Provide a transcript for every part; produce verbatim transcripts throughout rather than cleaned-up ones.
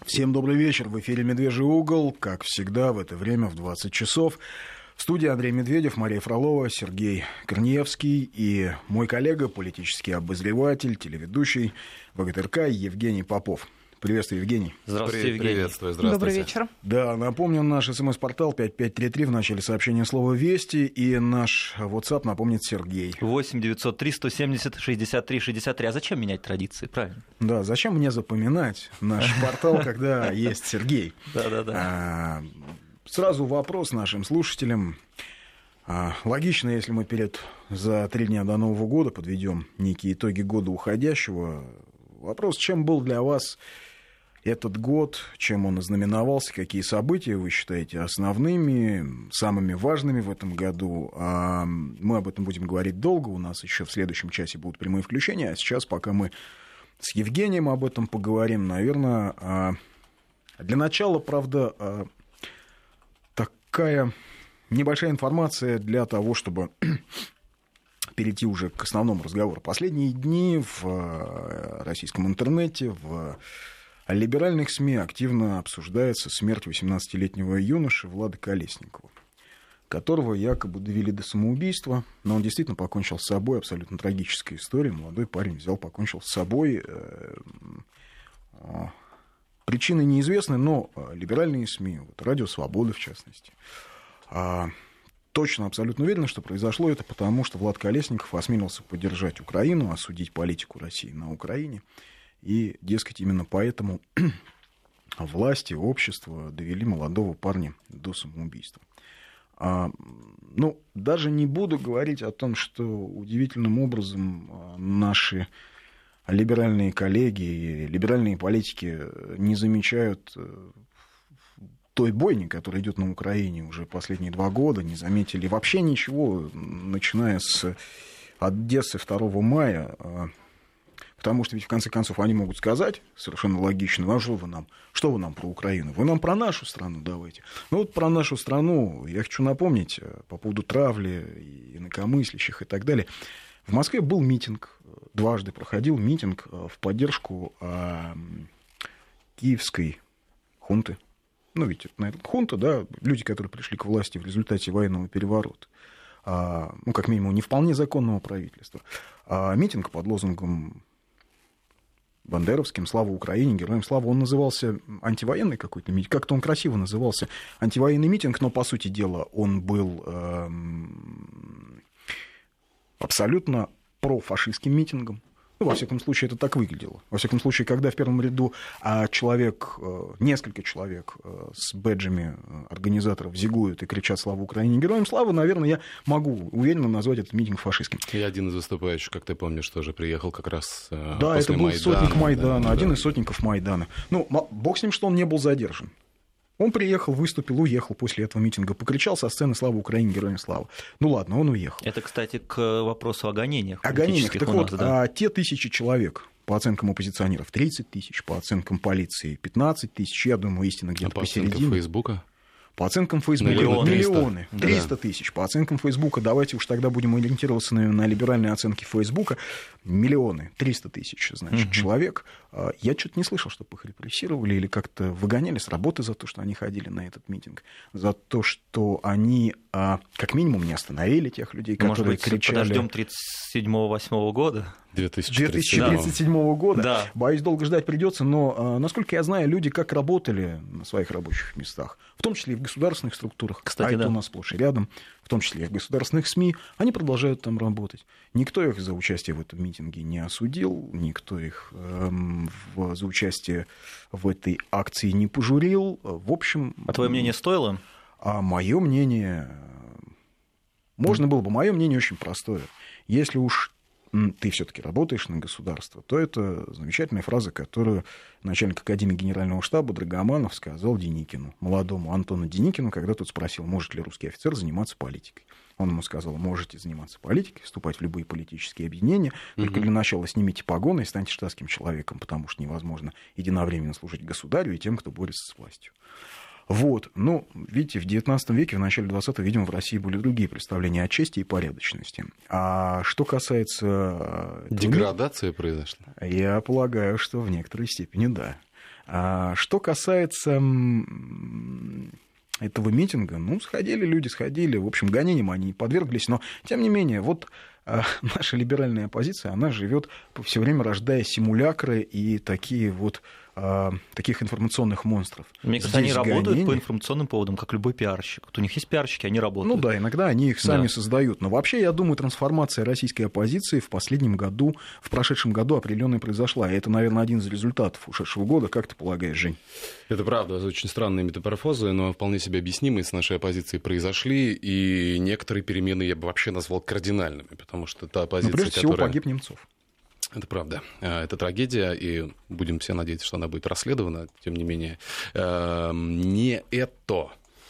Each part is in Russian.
Всем добрый вечер. В эфире «Медвежий угол». Как всегда, в это время в двадцать часов. В студии Андрей Медведев, Мария Фролова, Сергей Корнеевский и мой коллега, политический обозреватель, телеведущий ВГТРК Евгений Попов. Приветствую, Евгений. Здравствуйте, Евгений. Приветствую, здравствуйте. Добрый вечер. Да, напомню, наш смс-портал пять пять три три, в начале сообщения слова «Вести», и наш WhatsApp напомнит Сергей. восемь девятьсот три сто семьдесят шестьдесят три шестьдесят три. А зачем менять традиции, правильно? Да, зачем мне запоминать наш портал, когда есть Сергей? Да-да-да. Сразу вопрос нашим слушателям. Логично, если мы перед за три дня до Нового года подведем некие итоги года уходящего. Вопрос, чем был для вас этот год, чем он ознаменовался, какие события вы считаете основными, самыми важными в этом году. А мы об этом будем говорить долго, у нас еще в следующем часе будут прямые включения, а сейчас, пока мы с Евгением об этом поговорим, наверное, для начала, правда, такая небольшая информация для того, чтобы перейти уже к основному разговору. Последние дни в российском интернете, в либеральных СМИ активно обсуждается смерть восемнадцатилетнего юноши Влада Колесникова, которого якобы довели до самоубийства, но он действительно покончил с собой, абсолютно трагическая история. Молодой парень взял, покончил с собой. Причины неизвестны, но либеральные СМИ, вот, Радио Свобода в частности, точно, абсолютно уверены, что произошло это потому, что Влад Колесников осмелился поддержать Украину, осудить политику России на Украине. И, дескать, именно поэтому власти, общество довели молодого парня до самоубийства. А, ну, даже не буду говорить о том, что удивительным образом наши либеральные коллеги, либеральные политики не замечают той бойни, которая идет на Украине уже последние два года, не заметили вообще ничего, начиная с Одессы второго мая. Потому что ведь, в конце концов, они могут сказать, совершенно логично, ну, а что вы нам, что вы нам про Украину? Вы нам про нашу страну давайте. Ну, вот про нашу страну я хочу напомнить по поводу травли, инакомыслящих и так далее. В Москве был митинг, дважды проходил митинг в поддержку а, киевской хунты. Ну, ведь это, наверное, хунта, да, люди, которые пришли к власти в результате военного переворота. А, ну, как минимум, не вполне законного правительства. А митинг под лозунгом бандеровским «Слава Украине», «Героям славы», он назывался антивоенный какой-то митинг, как-то он красиво назывался, антивоенный митинг, но, по сути дела, он был э, абсолютно профашистским митингом. Ну, во всяком случае, это так выглядело. Во всяком случае, когда в первом ряду человек, несколько человек с бэджами организаторов зигуют и кричат «Слава Украине! Героям славы!», наверное, я могу уверенно назвать этот митинг фашистским. И один из выступающих, как ты помнишь, тоже приехал как раз да, после это был Майдана. сотник Майдана, да, один да. из сотников Майдана. Ну, бог с ним, что он не был задержан. Он приехал, выступил, уехал после этого митинга, покричал со сцены «Слава Украине! Героям славы!». Ну ладно, он уехал. Это, кстати, к вопросу о гонениях. О гонениях. Так вот, вот, да. а те тысячи человек, по оценкам оппозиционеров, тридцать тысяч, по оценкам полиции пятнадцать тысяч, я думаю, истина где-то а по посередине. оценкам Фейсбука? По оценкам Фейсбука Миллионы. миллионы, Да. триста тысяч. По оценкам Фейсбука, давайте уж тогда будем ориентироваться на, на либеральные оценки Фейсбука, миллионы, триста тысяч, значит, угу. человек. Я что-то не слышал, чтобы их репрессировали или как-то выгоняли с работы за то, что они ходили на этот митинг, за то, что они, как минимум, не остановили тех людей, которые Может быть, кричали... подождем тридцать седьмого восьмого года? две тысячи тридцать седьмого года. Да. Боюсь, долго ждать придется, но, насколько я знаю, люди как работали на своих рабочих местах, в том числе и в государственных структурах, Кстати, а это да. у нас сплошь и рядом, в том числе и в государственных СМИ, они продолжают там работать. Никто их за участие в этом митинге не осудил, никто их эм, в, за участие в этой акции не пожурил. В общем... А твое мнение стоило? А мое мнение... Можно было бы, мое мнение очень простое. Если уж ты все-таки работаешь на государство, то это замечательная фраза, которую начальник Академии Генерального штаба Драгоманов сказал Деникину, молодому Антону Деникину, когда тот спросил, может ли русский офицер заниматься политикой. Он ему сказал, можете заниматься политикой, вступать в любые политические объединения, только для начала снимите погоны и станьте штатским человеком, потому что невозможно единовременно служить государю и тем, кто борется с властью. Вот, ну, видите, в девятнадцатом веке, в начале двадцатого, видимо, в России были другие представления о чести и порядочности. А что касается... Деградация произошла? Я полагаю, что в некоторой степени да. А что касается этого митинга, ну, сходили люди, сходили, в общем, гонениям они подверглись, но, тем не менее, вот наша либеральная оппозиция, она живет все время, рождая симулякры и такие вот таких информационных монстров. Мне кажется, они работают гонения по информационным поводам, как любой пиарщик. Вот у них есть пиарщики, они работают. Ну да, иногда они их сами да. создают. Но вообще, я думаю, трансформация российской оппозиции в последнем году, в прошедшем году определенно произошла. И это, наверное, один из результатов ушедшего года. Как ты полагаешь, Жень? Это правда, очень странные метаморфозы, но вполне себе объяснимые с нашей оппозицией произошли. И некоторые перемены я бы вообще назвал кардинальными, потому что та оппозиция, но прежде которая... всего погиб Немцов. Это правда. Это трагедия, и будем все надеяться, что она будет расследована. Тем не менее, не это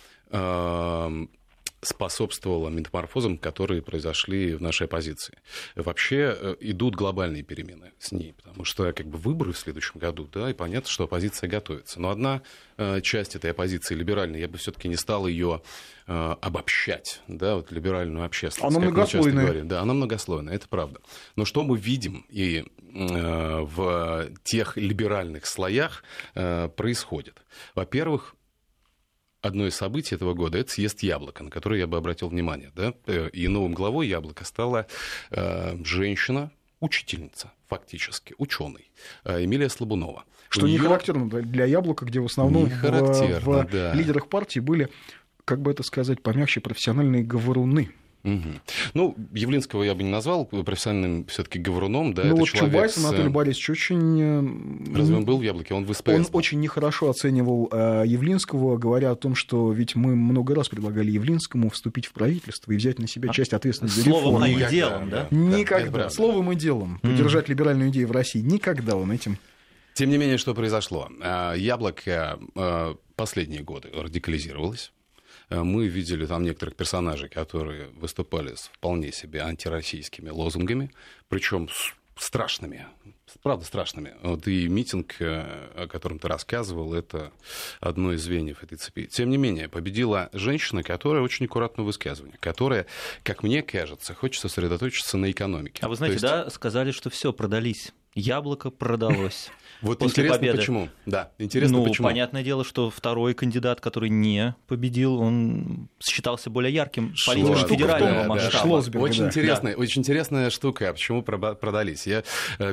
способствовало метаморфозам, которые произошли в нашей оппозиции. Вообще идут глобальные перемены с ней, потому что как бы выборы в следующем году, да, и понятно, что оппозиция готовится. Но одна часть этой оппозиции либеральной, я бы все-таки не стал ее обобщать, да, вот либеральную общественность. Она многослойная. Да, она многослойная, это правда. Но что мы видим и э, в тех либеральных слоях э, происходит? Во-первых, одно из событий этого года – это съезд «Яблоко», на который я бы обратил внимание. Да? И новым главой «Яблока» стала э, женщина, учительница, фактически, ученый, Эмилия Слабунова. Что не её... характерно для «Яблока», где в основном в, в да. лидерах партии были, как бы это сказать, помягче, профессиональные говоруны. Угу. Ну, Явлинского я бы не назвал профессиональным все-таки говоруном, да, ну, это вот человек Чубайс, с... Анатолий Борисович, очень... Разве он был в «Яблоке»? Он в СПС. Он очень нехорошо оценивал э, Явлинского, говоря о том, что ведь мы много раз предлагали Явлинскому вступить в правительство и взять на себя а? часть ответственности за реформу. Словом и делом, да? Никогда. Да, словом и делом. Mm. Поддержать либеральную идею в России. Никогда он этим... Тем не менее, что произошло? «Яблоко» последние годы радикализировалось. Мы видели там некоторых персонажей, которые выступали с вполне себе антироссийскими лозунгами, причем страшными, правда страшными. Вот и митинг, о котором ты рассказывал, это одно из звеньев этой цепи. Тем не менее, победила женщина, которая очень аккуратно в высказывании, которая, как мне кажется, хочет сосредоточиться на экономике. А вы знаете, есть... да, сказали, что все, продались. «Яблоко» продалось. Вот после интересно, победы. Почему? Да, интересно, ну, почему. Понятное дело, что второй кандидат, который не победил, он считался более ярким политиком федерального да, масштаба. Да, Шлосберг, очень, да. интересная, да. очень интересная штука. Почему продались? Я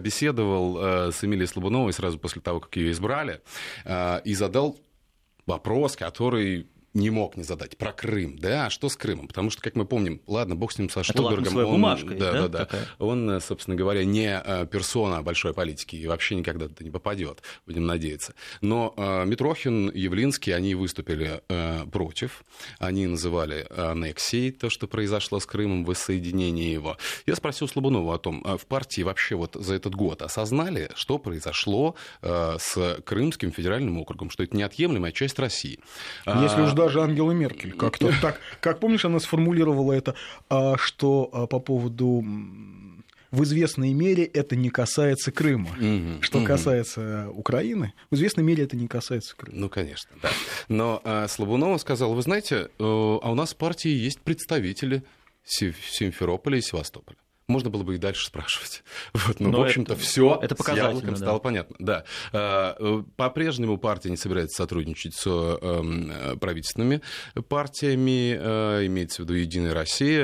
беседовал с Эмилией Слабуновой сразу после того, как ее избрали, и задал вопрос, который... не мог не задать про Крым, да, а что с Крымом? Потому что, как мы помним, ладно, бог с ним, со Штолбергом, он, бумажка, да, да, да, да, он, собственно говоря, не персона большой политики и вообще никогда туда не попадет, будем надеяться. Но э, Митрохин, Явлинский, они выступили э, против, они называли аннексией то, что произошло с Крымом, воссоединение его. Я спросил Слабунова о том, в партии вообще вот за этот год осознали, что произошло э, с Крымским федеральным округом, что это неотъемлемая часть России. Если уж даже Ангела Меркель как-то так, как помнишь, она сформулировала это, что по поводу в известной мере это не касается Крыма. Mm-hmm. Что mm-hmm. касается Украины, в известной мере это не касается Крыма. Ну, конечно, да. Но а, Слабунова сказала, вы знаете, а у нас в партии есть представители Симферополя и Севастополя. Можно было бы и дальше спрашивать. Вот, но, но, в общем-то, это, все это с «Яблоком» да. стало понятно. Да. По-прежнему партия не собирается сотрудничать с правительственными партиями, имеется в виду «Единая Россия»,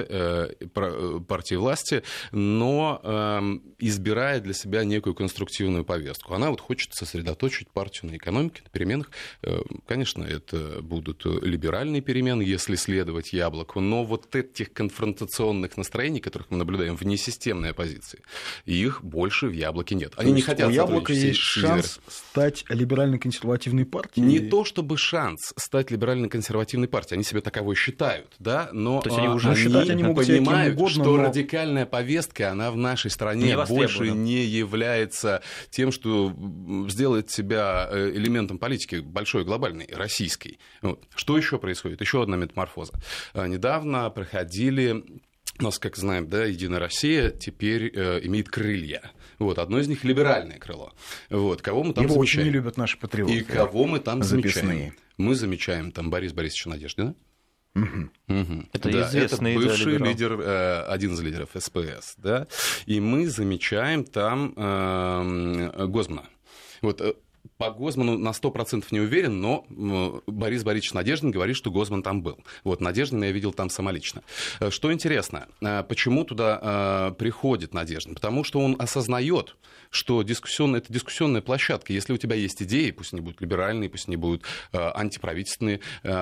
партии власти, но избирает для себя некую конструктивную повестку. Она вот хочет сосредоточить партию на экономике, на переменах. Конечно, это будут либеральные перемены, если следовать «Яблоку», но вот этих конфронтационных настроений, которых мы наблюдаем вне системной оппозиции. Их больше в «Яблоке» нет. Они не хотят у «Яблока» есть шанс стать либерально-консервативной партией? Не то чтобы шанс стать либерально-консервативной партией. Они себя таковой считают, да, но то есть они уже они считать, они могут понимают, угодно, что но... радикальная повестка, она в нашей стране не больше не является тем, что сделает себя элементом политики большой, глобальной, российской. Вот. Что еще происходит? Еще одна метаморфоза. Недавно проходили... У нас, как знаем, да, «Единая Россия» теперь э, имеет крылья. Вот, одно из них — либеральное крыло. Вот, кого мы там Его замечаем? очень не любят наши патриоты. И кого мы там записные. замечаем? Мы замечаем там Бориса Борисовича Надеждина. Угу. Угу. Это да, известный это бывший да, лидер, э, один из лидеров СПС. Да? И мы замечаем там э, Гозмана. Вот, по Гозману на сто процентов не уверен, но Борис Борисович Надеждин говорит, что Гозман там был. Вот, Надеждина я видел там самолично. Что интересно, почему туда приходит Надеждин? Потому что он осознает, что дискуссионная, это дискуссионная площадка. Если у тебя есть идеи, пусть они будут либеральные, пусть они будут антиправительственные,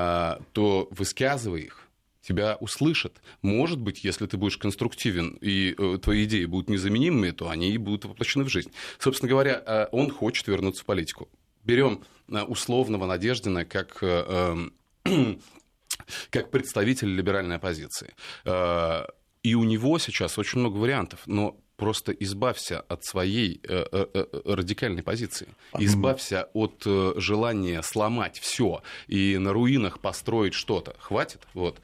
то высказывай их. Тебя услышат. Может быть, если ты будешь конструктивен и э, твои идеи будут незаменимыми, то они и будут воплощены в жизнь. Собственно говоря, э, он хочет вернуться в политику. Берем э, условного Надеждина как, э, э, как представителя либеральной оппозиции. Э, и у него сейчас очень много вариантов, но просто избавься от своей э, э, радикальной позиции. Избавься от э, желания сломать все и на руинах построить что-то. Хватит? Вот.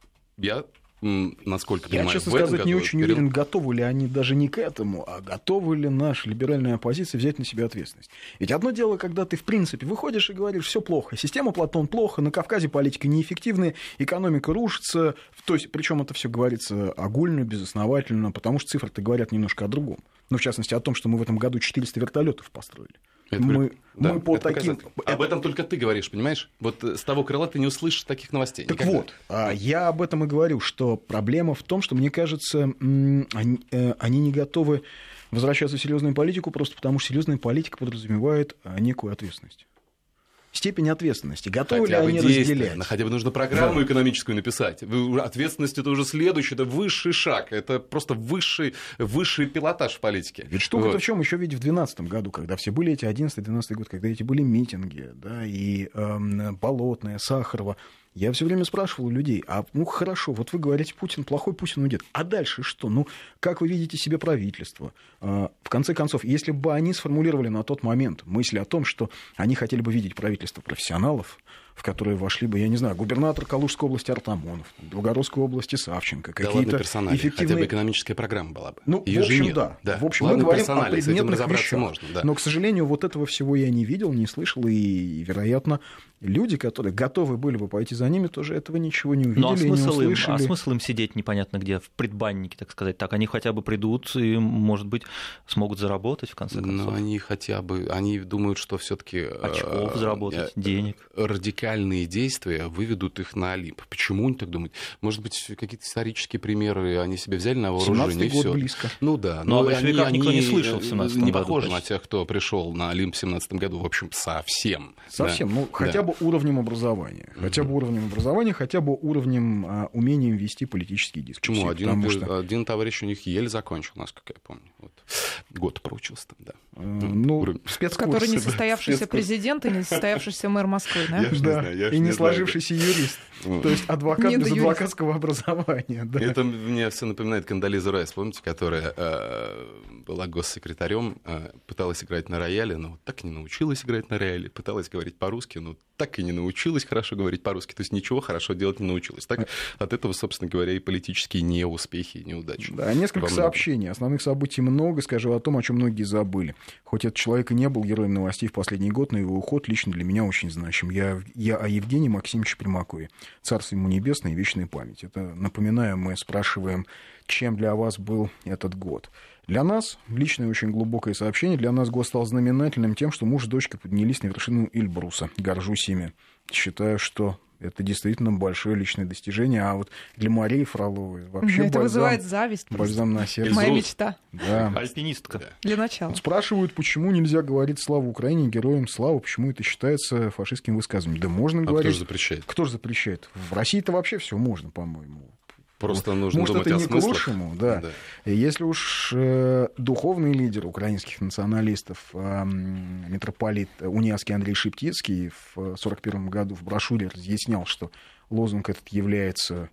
Я, насколько Я, понимаю, честно в этом сказать, году не очень перел... уверен, готовы ли они даже не к этому, а готовы ли наша либеральная оппозиция взять на себя ответственность. Ведь одно дело, когда ты, в принципе, выходишь и говоришь, все плохо, система Платон плохо, на Кавказе политика неэффективная, экономика рушится, то есть, причем это все говорится огульно, безосновательно, потому что цифры-то говорят немножко о другом. Ну, в частности, о том, что мы в этом году четыреста вертолетов построили. Это, мы, да, мы по это таким... это... Об этом только ты говоришь, понимаешь? Вот с того крыла ты не услышишь таких новостей. Так никогда. вот, я об этом и говорю, что проблема в том, что, мне кажется, они, они не готовы возвращаться в серьезную политику, просто потому что серьезная политика подразумевает некую ответственность. Степень ответственности. Готовы хотя ли они разделять? Ну, хотя бы нужно программу экономическую написать. Ответственность — это уже следующий, это высший шаг, это просто высший, высший пилотаж в политике. Ведь штука-то вот. в чем? Еще ведь в две тысячи двенадцатом году, когда все были эти одиннадцатый-двенадцатый год, когда эти были митинги, да, и э, Болотная, Сахарова, я все время спрашивал у людей, а ну хорошо, вот вы говорите, Путин плохой, Путин уйдет. А дальше что? Ну, как вы видите себе правительство? В конце концов, если бы они сформулировали на тот момент мысль о том, что они хотели бы видеть правительство профессионалов, в которые вошли бы, я не знаю, губернатор Калужской области Артамонов, Белгородской области Савченко, да какие-то ладно, эффективные... Хотя бы экономическая программа была бы. Ну, Её в общем, нет. да. да. В общем, ладно, мы говорим о с этим предметных разобраться вещах. можно. Да. Но, к сожалению, вот этого всего я не видел, не слышал, и, вероятно, люди, которые готовы были бы пойти за ними, тоже этого ничего не увидели, ну, а не смысл им, услышали. А смысл им сидеть непонятно где, в предбаннике, так сказать. Так они хотя бы придут и, может быть, смогут заработать, в конце концов. Но они хотя бы, они думают, что все-таки очков заработать, денег. Радикальные действия выведут их на Олимп. Почему они так думают? Может быть, какие-то исторические примеры они себе взяли на вооружение и год все. близко. Ну да, но, но они, они, никто не слышал в семнадцатом не году. похожи почти. на тех, кто пришел на Олимп в семнадцатом году. В общем, совсем. Совсем. Да. Ну, хотя да. бы уровнем образования. Хотя бы уровнем образования, хотя бы уровнем а, умением вести политические дискуссии. Почему? Один, что... один товарищ у них еле закончил, насколько я помню. Вот. Год проучился там, да. Ну, спецкурсы, который не состоявшийся да. президент и не состоявшийся мэр Москвы, да? Я ж не да. знаю, я ж и не, не сложившийся знаю. юрист. То есть адвокат Не без юрист. адвокатского образования. Да. Это мне все напоминает Кондолизу Райс, помните, которая э, была госсекретарем, э, пыталась играть на рояле, но так и не научилась играть на рояле, пыталась говорить по-русски, но так и не научилась хорошо говорить по-русски, то есть ничего хорошо делать не научилась. Так от этого, собственно говоря, и политические неуспехи, и неудачи. Да, несколько сообщений. Основных событий много. Скажу о том, о чем многие забыли. Хоть этот человек и не был героем новостей в последний год, но его уход лично для меня очень значим. Я, я о Евгении Максимовиче Примакове. Царство ему небесное и вечная память. Это, напоминаю, мы спрашиваем, чем для вас был этот год. Для нас, личное очень глубокое сообщение, для нас год стал знаменательным тем, что муж и дочка поднялись на вершину Эльбруса. Горжусь ими. Считаю, что это действительно большое личное достижение. А вот для Марии Фроловой вообще Это бальзам, вызывает зависть. бальзам на сердце. Моя мечта. Да. Альпинистка. Для начала. Спрашивают, почему нельзя говорить «Слава Украине», героям славы, почему это считается фашистским высказыванием. Да можно А говорить. кто же запрещает? Кто же запрещает? В России-то вообще все можно, по-моему. Просто нужно Может, думать это о не смыслах. к лучшему, да. Да. Если уж э, духовный лидер украинских националистов, э, митрополит Униатский Андрей Шептицкий в сорок первом году в брошюре разъяснял, что лозунг этот является,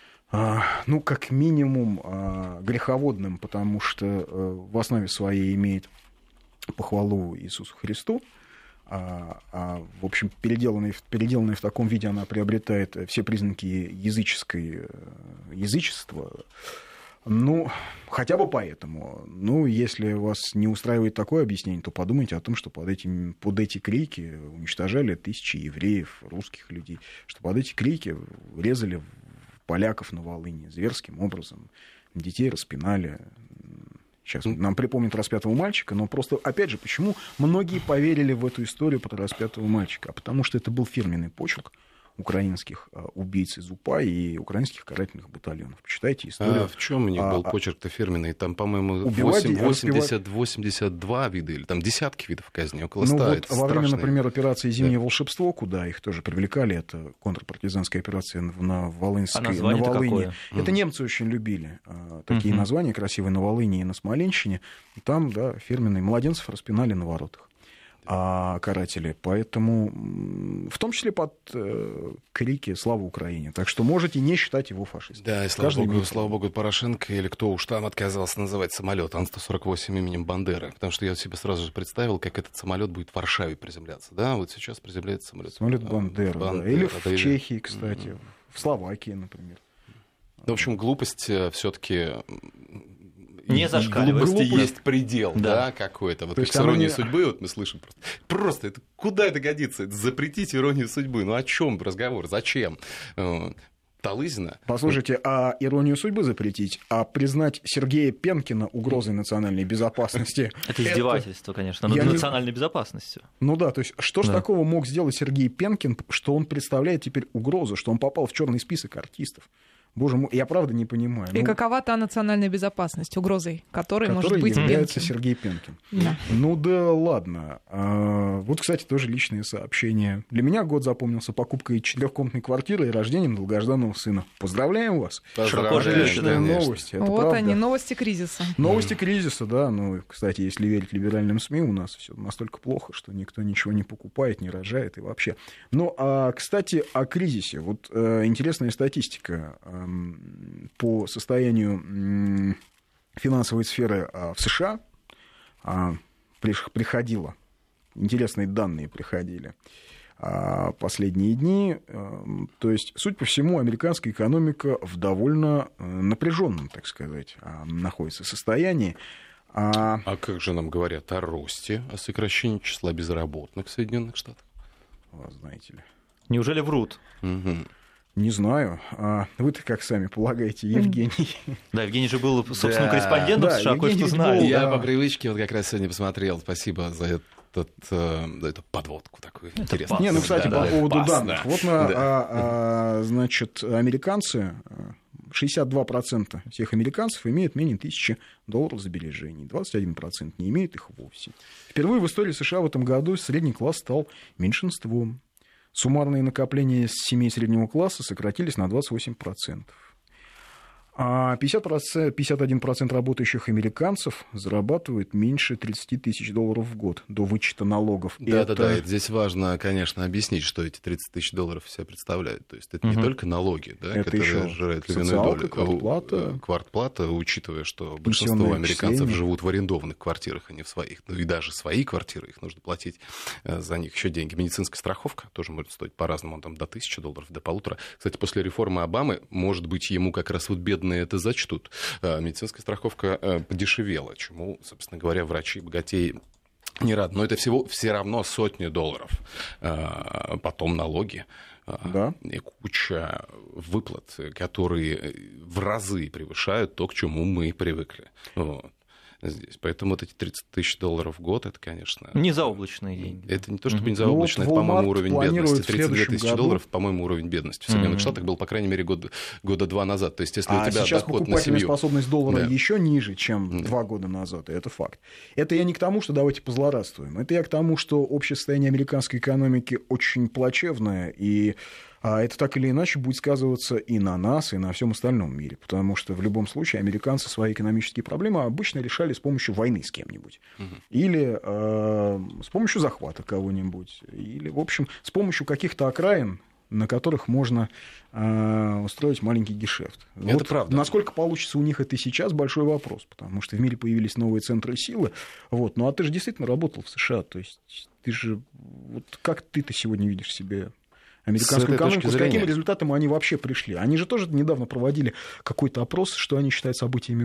э, ну, как минимум, э, греховодным, потому что э, в основе своей имеет похвалу Иисусу Христу. А, а, в общем, переделанная, переделанная в таком виде, она приобретает все признаки языческой, язычества. Ну, хотя бы поэтому. Ну, если вас не устраивает такое объяснение, то подумайте о том, что под, этим, под эти крики уничтожали тысячи евреев, русских людей, что под эти крики резали поляков на Волыни зверским образом, детей распинали. Сейчас нам припомнят распятого мальчика, но просто, опять же, почему многие поверили в эту историю про распятого мальчика? Потому что это был фирменный почерк украинских убийц из УПА и украинских карательных батальонов. Почитайте историю. А в чем у них был а, почерк-то фирменный? Там, по-моему, убивать, восемьдесят восемьдесят два вида, или там десятки видов казни, около ста. Ну вот это во время, страшные. например, операции «Зимнее Да. волшебство», куда их тоже привлекали, это контрпартизанская операция на Волынской, А название-то на Волыни. какое? Это Mm. немцы очень любили а, такие Мгм. названия красивые на Волыни и на Смоленщине. И там, да, фирменные младенцев распинали на воротах. А каратели, поэтому м, в том числе под э, крики «Слава Украине». Так что можете не считать его фашистом. Да, и слава Каждый богу, имеет слава богу, Порошенко или кто уж там отказался называть самолет Ан сто сорок восемь именем Бандеры. Потому что я себе сразу же представил, как этот самолет будет в Варшаве приземляться. Да, вот сейчас приземляется самолет. Самолет Бандера, да. Бандера, Или да, в или- Чехии, кстати, в Словакии, например. В общем, глупость все-таки Не зашкаливает. Глупости Глупость. есть предел, да, Да. какой-то. Вот То как есть с оно иронией не- судьбы, вот мы слышим просто. Просто это куда это годится? Это запретить иронию судьбы. Ну о чем разговор? Зачем? Э, Талызина. Послушайте, а иронию судьбы запретить, а признать Сергея Пенкина угрозой национальной безопасности? Это издевательство, конечно, Я над не- национальной безопасностью. Ну да, то есть что ж Да. такого мог сделать Сергей Пенкин, что он представляет теперь угрозу, что он попал в черный список артистов? Боже мой, я правда не понимаю. И Ну, какова та национальная безопасность, угрозой которой может который быть является Пенкин? Сергей Пенкин. Да. Ну да ладно. А, вот, кстати, тоже личные сообщения. Для меня год запомнился покупкой четырехкомнатной квартиры и рождением долгожданного сына. Поздравляем вас. Широко живете, Отличная да, новость. Это Вот правда. они, новости кризиса. Новости кризиса, да. Ну, кстати, если верить либеральным СМИ, у нас все настолько плохо, что никто ничего не покупает, не рожает и вообще. Ну, а, кстати, о кризисе. Вот э, интересная статистика эм, по состоянию м, финансовой сферы а, в США а, приш- приходила. Интересные данные приходили а, последние дни. А, то есть, судя по всему, американская экономика в довольно э, напряженном, так сказать, а, находится состоянии. А, А как же нам говорят о росте, о сокращении числа безработных в Соединенных Штатах? вот, знаете ли, Неужели врут? Мгм. не знаю. А вы-то как сами полагаете, Евгений? Да, Евгений же был собственным Да. корреспондентом Да, США, Евгений кое-что ведь знает. был, Я да. по привычке вот как раз сегодня посмотрел. Спасибо за этот, э, за эту подводку такую интересную. пас. Не, ну, кстати, Да, по да, поводу пас, данных. да. Вот, на, Да. а, а, значит, американцы, шестьдесят два процента всех американцев имеют менее тысячи долларов сбережений, двадцать один процент не имеют их вовсе. Впервые в истории США в этом году средний класс стал меньшинством. Суммарные накопления семей среднего класса сократились на двадцать восемь процентов. А пятьдесят процентов, пятьдесят один процент работающих американцев зарабатывают меньше тридцать тысяч долларов в год до вычета налогов. И Да-да-да, это- здесь важно, конечно, объяснить, что эти тридцать тысяч долларов себя представляют. То есть это не Мгм. только налоги, да, Это которые еще жрают львиную социалка, долю. квартплата. Э, Квартплата, учитывая, что большинство Пенсионные американцев отчисления. живут в арендованных квартирах, а не в своих. Ну и даже свои квартиры, их нужно платить э, за них еще деньги. Медицинская страховка тоже может стоить по-разному, он там до тысячи долларов, до полутора. Кстати, после реформы Обамы, может быть, ему как раз вот бедные это зачтут. Э, Медицинская страховка э, подешевела, чему, собственно говоря, врачи богатеи не рады. Но это всего все равно сотни долларов. Э, Потом налоги. э, Да. И куча выплат, которые в разы превышают то, к чему мы привыкли. Вот. Здесь. Поэтому вот эти тридцать тысяч долларов в год, это, конечно... Не заоблачные деньги. Это не то, чтобы Мгм. не заоблачно, Ну это, вот по-моему, Walmart уровень планирует бедности. в тридцать две следующем тысячи году- долларов, по-моему, уровень бедности в Соединенных Мгм. Штатах был, по крайней мере, года, года два назад. То есть, если А у тебя сейчас доход на покупательная семью... способность доллара Да. еще ниже, чем Да. два года назад, и это факт. Это я не к тому, что давайте позлорадствуем. Это я к тому, что общее состояние американской экономики очень плачевное, и а, это так или иначе будет сказываться и на нас, и на всем остальном мире. Потому что в любом случае американцы свои экономические проблемы обычно решали с помощью войны с кем-нибудь. Мгм. Или э, с помощью захвата кого-нибудь. Или, в общем, с помощью каких-то окраин, на которых можно э, устроить маленький гешефт. Это правда. Насколько получится у них это сейчас, большой вопрос, потому что в мире появились новые центры силы. Вот. Ну а ты же действительно работал в США, то есть ты же... Вот как ты-то сегодня видишь себе американскую этой точки экономику, с каким зрения. результатом они вообще пришли? Они же тоже недавно проводили какой-то опрос, что они считают событиями года.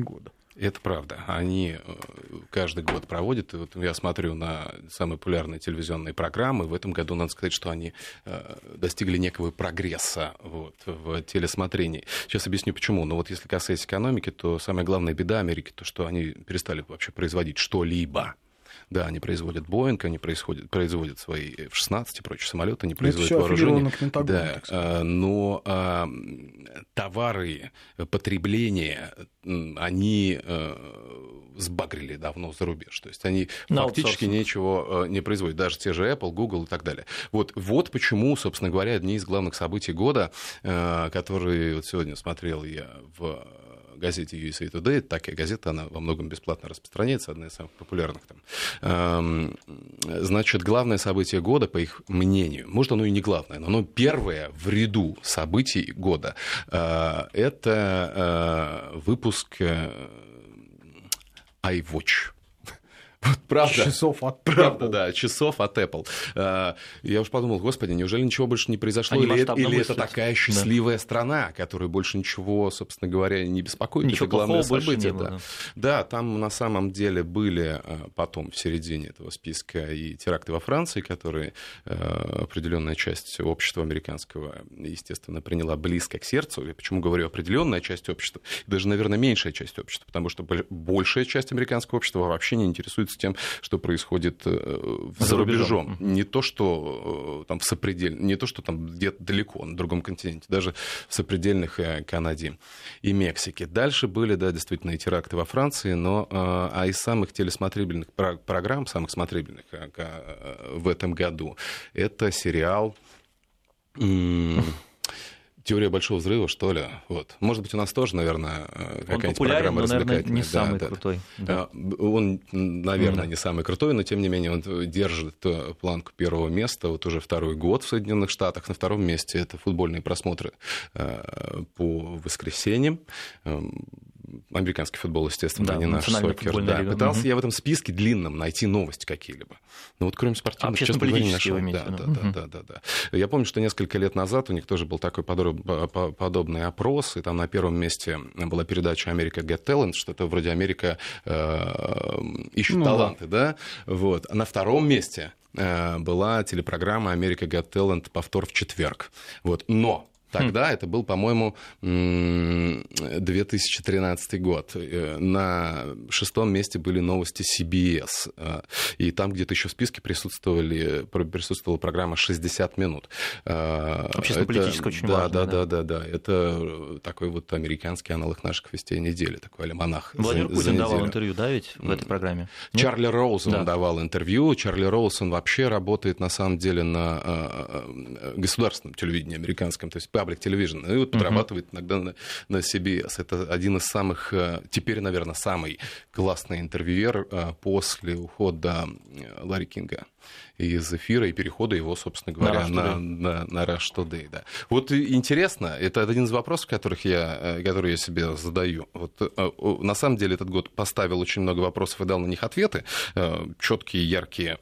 Это правда. Они каждый год проводят. И вот я смотрю на самые популярные телевизионные программы. В этом году, надо сказать, что они достигли некого прогресса вот, в телесмотрении. Сейчас объясню, почему. Но вот если касаясь экономики, то самая главная беда Америки, то, что они перестали вообще производить что-либо. Да, они производят Боинг, они производят, производят свои эф шестнадцать и прочие самолеты, они производят вооружение. Да, но а, товары потребления, они а, сбагрили давно за рубеж. То есть они на фактически ничего не производят. Даже те же Apple, Google и так далее. Вот, вот почему, собственно говоря, одни из главных событий года, а, которые вот сегодня смотрел я в газете ю эс эй Today, это такая газета, она во многом бесплатно распространяется, одна из самых популярных там. Значит, главное событие года, по их мнению, может, оно и не главное, но оно первое в ряду событий года, это выпуск iWatch. Вот правда. Часов от Apple. Правда, да, часов от Apple. Я уж подумал, господи, неужели ничего больше не произошло? Они или или это такая счастливая да. страна, которая больше ничего, собственно говоря, не беспокоит? Ничего это главное событие. Да. Да. да, там на самом деле были потом в середине этого списка и теракты во Франции, которые определенная часть общества американского, естественно, приняла близко к сердцу. Я почему говорю определенная часть общества? Даже, наверное, меньшая часть общества, потому что большая часть американского общества вообще не интересуется тем, что происходит за, за рубежом. рубежом. Не то, что там в сопредельных, не то, что там где-то далеко, на другом континенте, даже в сопредельных Канаде и Мексике. Дальше были, да, действительно, и теракты во Франции, но а из самых телесмотрибельных программ, самых смотрибельных в этом году, это сериал «Теория большого взрыва», что ли. Вот. Может быть, у нас тоже, наверное, какая-нибудь программа развлекательная. Он, наверное, не да, самый да. крутой. Да. Он, наверное, да. не самый крутой, но, тем не менее, он держит планку первого места вот уже второй год в Соединенных Штатах. На втором месте это футбольные просмотры по воскресеньям. Американский футбол, естественно, да, не наш сокер. Да. Пытался угу. я в этом списке длинном найти новости какие-либо. Но вот кроме спортивных, честно говоря, не нашел. Да, да, угу. да, да, да, да. Я помню, что несколько лет назад у них тоже был такой подобный опрос, и там на первом месте была передача «Америка Got Talent», что-то вроде «Америка э, ищет ну, таланты», да? Вот. А на втором месте э, была телепрограмма «Америка Got Talent» повтор в четверг. Вот. Но тогда хм. это был, по-моему, две тысячи тринадцатый год. На шестом месте были новости си би эс. И там где-то еще в списке присутствовали, присутствовала программа «шестьдесят минут». Общественно-политическая очень да, важная. Да, да, да, да. Это такой вот американский аналог наших «Вестей недели», такой альманах. Владимир за, Путин за давал интервью, да, ведь в этой программе? Нет? Чарли Роусон да. давал интервью. Чарли Роусон вообще работает, на самом деле, на государственном телевидении американском, то есть Public Television, и вот подрабатывает uh-huh. иногда на, на си би эс. Это один из самых, теперь, наверное, самый классный интервьюер после ухода Ларри Кинга из эфира и перехода его, собственно говоря, на, на, на Rush Today. Да. Вот интересно, это один из вопросов, которых я, которые я себе задаю. Вот, на самом деле этот год поставил очень много вопросов и дал на них ответы, четкие, яркие.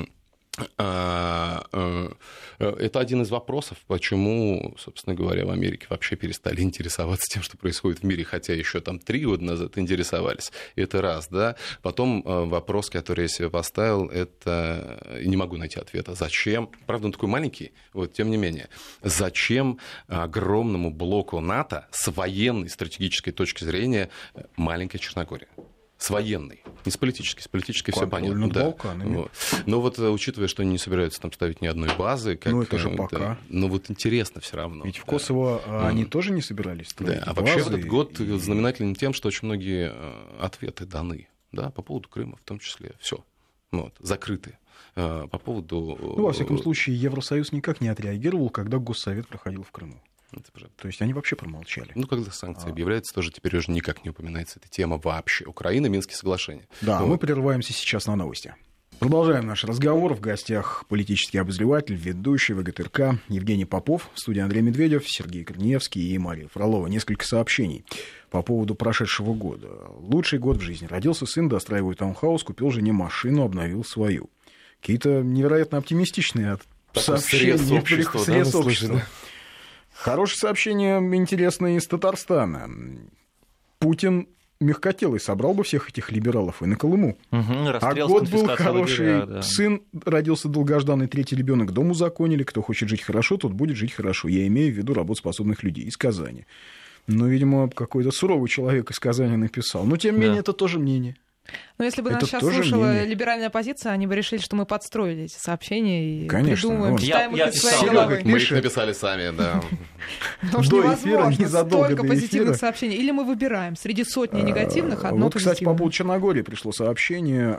Это один из вопросов, почему, собственно говоря, в Америке вообще перестали интересоваться тем, что происходит в мире, хотя еще там три года назад интересовались. Это раз, да. Потом вопрос, который я себе поставил, это... Не могу найти ответа. Зачем? Правда, он такой маленький, вот, тем не менее. Зачем огромному блоку НАТО с военной стратегической точки зрения маленькая Черногория? С военной, не с политической, с политической все понятно. Да. Вот. Но вот учитывая, что они не собираются там ставить ни одной базы, как, ну это же пока. Да, но вот интересно все равно. Ведь в Косово да. они mm. тоже не собирались строить да. А базы. вообще этот год и... знаменателен тем, что очень многие ответы даны, да, по поводу Крыма в том числе, все, вот, закрыты. По поводу... Ну, во всяком случае, Евросоюз никак не отреагировал, когда Госсовет проходил в Крыму. То есть они вообще промолчали. Ну, когда санкции а. объявляются, тоже теперь уже никак не упоминается эта тема вообще. Украина, Минские соглашения. Да, вот. Мы прерываемся сейчас на новости. Продолжаем наш разговор. В гостях политический обозреватель, ведущий ВГТРК Евгений Попов, в студии Андрей Медведев, Сергей Корнеевский и Мария Фролова. Несколько сообщений по поводу прошедшего года. Лучший год в жизни. Родился сын, достраиваю таунхаус, купил жене машину, обновил свою. Какие-то невероятно оптимистичные сообщения. Срез общества. Срез да, общества. Хорошее сообщение интересное из Татарстана. Путин мягкотелый собрал бы всех этих либералов и на Колыму. Угу, а год был хороший, лагеря, да. Сын родился долгожданный, третий ребенок, дом узаконили, кто хочет жить хорошо, тот будет жить хорошо. Я имею в виду работоспособных людей из Казани. Но, видимо, какой-то суровый человек из Казани написал. Но, тем не менее, да. это тоже мнение. Но если бы это нас сейчас слушала мнение. Либеральная оппозиция, они бы решили, что мы подстроили эти сообщения и Конечно, придумываем, он... читаем я, их из своей головы. Мы их написали сами, да. Потому что невозможно столько позитивных сообщений. Или мы выбираем среди сотни негативных одно вот, кстати, по поводу Черногории пришло сообщение.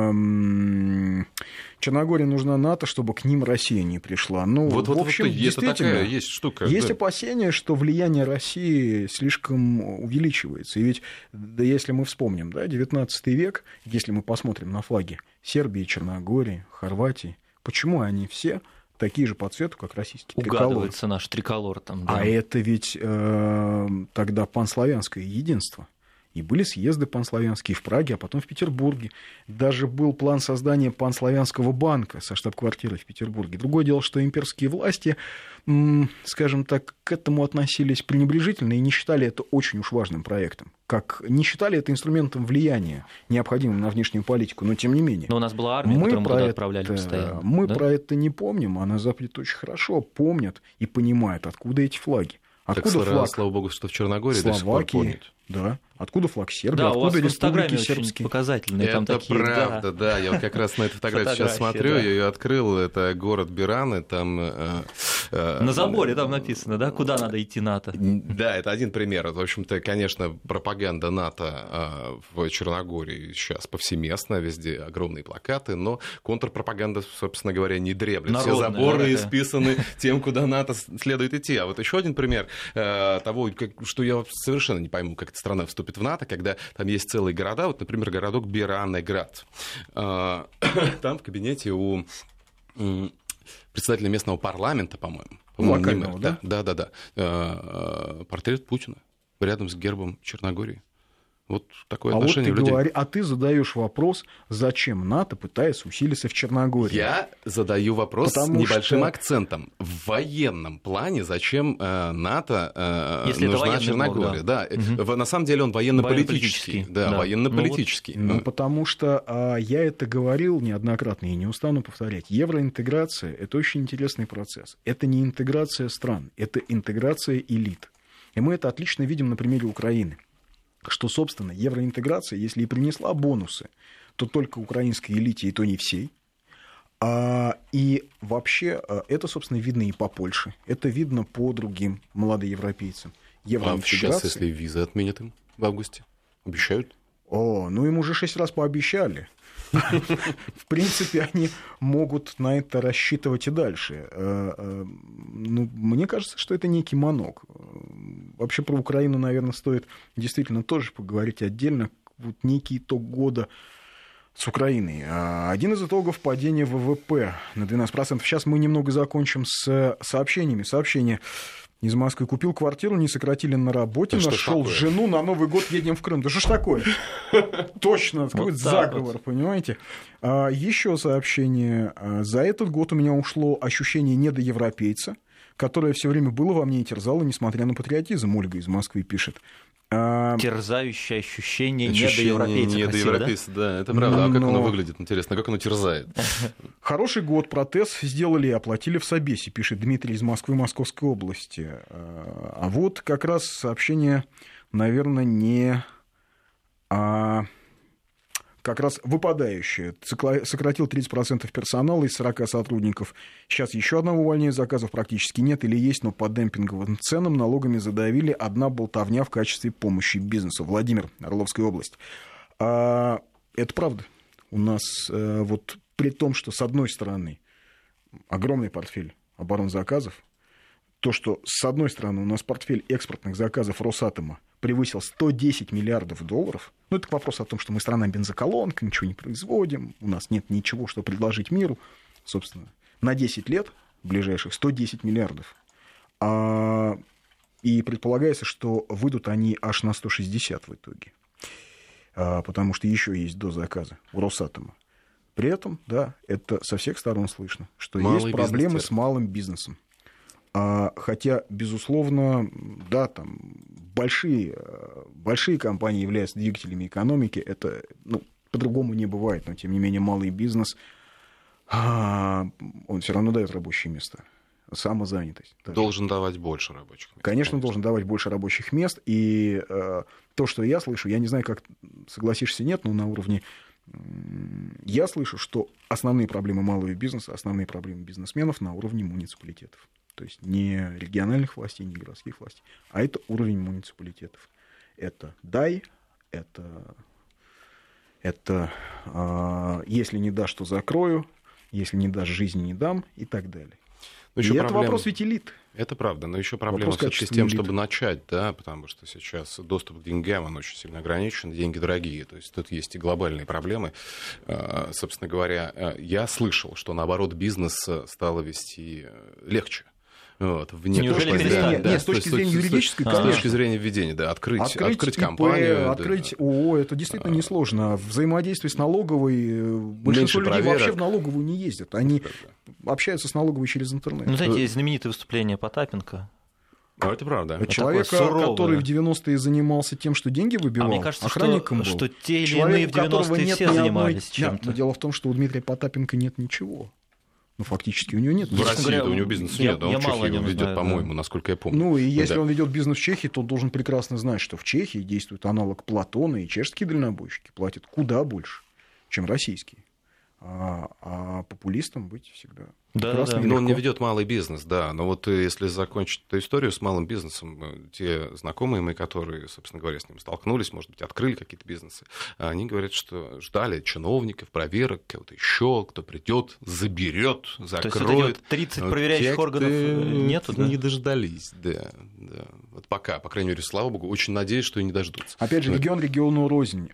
Черногории нужна НАТО, чтобы к ним Россия не пришла. Ну, вот, в вот, общем, вот, действительно, такая есть штука. Есть да. опасения, что влияние России слишком увеличивается. И ведь, да, если мы вспомним, да, девятнадцатый век, если мы посмотрим на флаги Сербии, Черногории, Хорватии, почему они все такие же по цвету, как российский триколор? Угадывается наш триколор там. Да. А это ведь э, тогда панславянское единство. И были съезды панславянские в Праге, а потом в Петербурге. Даже был план создания панславянского банка со штаб-квартирой в Петербурге. Другое дело, что имперские власти, скажем так, к этому относились пренебрежительно и не считали это очень уж важным проектом. Как не считали это инструментом влияния, необходимым на внешнюю политику, но тем не менее. Но у нас была армия, которую мы туда отправляли постоянно. Мы да? про это не помним, а на Западе очень хорошо помнят и понимают, откуда эти флаги. Откуда так, флаг? Слава богу, что в Черногории Словакии, до сих пор помнят. Да. Откуда флаг Сербии, да, откуда республики сербские? Очень показательные. Это там такие, правда, да. да. Я вот как раз на эту фотографию сейчас смотрю, да. я ее открыл. Это город Бираны, там... Э, э, на заборе там написано, да, куда надо идти НАТО. Да, это один пример. В общем-то, конечно, пропаганда НАТО в Черногории сейчас повсеместно, везде огромные плакаты, но контрпропаганда, собственно говоря, не дреблет. Народная, все заборы да, исписаны тем, куда НАТО следует идти. А вот еще один пример того, что я совершенно не пойму, как эта страна вступит в НАТО, когда там есть целые города, вот, например, городок Биранеград. Там в кабинете у председателя местного парламента, по-моему, локального, да? Да, да, да, да. Портрет Путина рядом с гербом Черногории. Вот такое а отношение вот ты людей. Говори, а ты задаешь вопрос, зачем НАТО пытается усилиться в Черногории? Я задаю вопрос Потому с небольшим что... акцентом. В военном плане зачем э, НАТО э, Если нужна Черногория? Блок, да. Да. Угу. На самом деле он военно-политический. военно-политический. Да, да. военно-политический. Ну, вот, ну, потому что а, я это говорил неоднократно и не устану повторять. Евроинтеграция – это очень интересный процесс. Это не интеграция стран, это интеграция элит. И мы это отлично видим на примере Украины. Что, собственно, евроинтеграция, если и принесла бонусы, то только украинской элите, и то не всей. А, и вообще это, собственно, видно и по Польше. Это видно по другим молодоевропейцам. А сейчас, если визы отменят им в августе? Обещают? О, ну им уже шесть раз пообещали. В принципе, они могут на это рассчитывать и дальше. Ну, мне кажется, что это некий манок. Вообще про Украину, наверное, стоит действительно тоже поговорить отдельно. Вот некий итог года с Украиной. Один из итогов — падения ВВП на двенадцать процентов. Сейчас мы немного закончим с сообщениями. Сообщение из Москвы. Купил квартиру, не сократили на работе, да нашел жену, на Новый год едем в Крым. Да что ж такое? Точно, какой-то заговор, понимаете? Еще сообщение. За этот год у меня ушло ощущение недоевропейца, которое все время было во мне и терзало, несмотря на патриотизм. Ольга из Москвы пишет. Терзающее ощущение, ощущение недоевропейца. Недоевропейца, да? да, это правда. А как Но... оно выглядит? Интересно, как оно терзает? Хороший год, протез сделали и оплатили в Собесе, пишет Дмитрий из Москвы, Московской области. А вот как раз сообщение, наверное, не... А... как раз выпадающее. Сократил тридцать процентов персонала из сорока сотрудников. Сейчас еще одного увольнения заказов практически нет или есть, но по демпинговым ценам налогами задавили. Одна болтовня в качестве помощи бизнесу. Владимир, Орловская область. А, это правда. У нас вот при том, что с одной стороны огромный портфель оборонзаказов, то, что с одной стороны у нас портфель экспортных заказов Росатома превысил сто десять миллиардов долларов. Ну, это вопрос о том, что мы страна бензоколонка, ничего не производим, у нас нет ничего, что предложить миру. Собственно, на десять лет ближайших сто десять миллиардов. А, и предполагается, что выйдут они аж на сто шестьдесят в итоге. А, потому что еще есть дозаказы у Росатома. При этом, да, это со всех сторон слышно, что Малый есть проблемы с малым бизнесом. А, хотя, безусловно, да, там большие, большие компании являются двигателями экономики, это, ну, по-другому не бывает, но, тем не менее, малый бизнес, он все равно дает рабочие места. Самозанятость. Даже. Должен давать больше рабочих мест. Конечно, конечно, должен давать больше рабочих мест. И э, то, что я слышу, я не знаю, как согласишься, нет, но на уровне... Э, я слышу, что основные проблемы малого бизнеса, основные проблемы бизнесменов на уровне муниципалитетов. То есть не региональных властей, не городских властей, а это уровень муниципалитетов. Это дай, это... это э, если не дашь, то закрою, если не дашь, жизни не дам и так далее. Но еще и проблема... это вопрос ведь элит. Это правда, но еще проблема все-таки с тем, чтобы начать, да, потому что сейчас доступ к деньгам, он очень сильно ограничен, деньги дорогие, то есть тут есть и глобальные проблемы. Собственно говоря, я слышал, что, наоборот, бизнес стало вести легче. Вот, в Неужели да, нет, да, нет, с точки зрения юридической, с, конечно. С точки зрения введения, да, открыть, открыть, открыть компанию. ИП, открыть да. ООО, это действительно несложно. Взаимодействие с налоговой, большинство людей проверок. Вообще в налоговую не ездят. Они да. общаются с налоговой через интернет. Ну, знаете, есть знаменитое выступление Потапенко. А это правда. Это Человека, который в девяностые занимался тем, что деньги выбивал, а мне кажется, охранником что, был. что те или Человек, иные в девяностые все занимались одной... чем-то. Но дело в том, что у Дмитрия Потапенко нет ничего. Ну, фактически у него нет. В России у него бизнеса нет, а он в Чехии его ведет, по-моему, да. насколько я помню. Ну, и если да. он ведет бизнес в Чехии, то он должен прекрасно знать, что в Чехии действует аналог Платона, и чешские дальнобойщики платят куда больше, чем российские. А, а популистам быть всегда. Да, да. Но он не ведет малый бизнес, да. Но вот если закончить эту историю с малым бизнесом, те знакомые мои, которые, собственно говоря, с ним столкнулись, может быть, открыли какие-то бизнесы, они говорят, что ждали чиновников, проверок, кого-то еще, кто придет, заберет, закроет. То есть вот тридцать вот проверяющих органов нету, да? Не дождались, да, да. Вот пока, по крайней мере, слава богу, очень надеюсь, что и не дождутся. Опять же, регион региону рознь.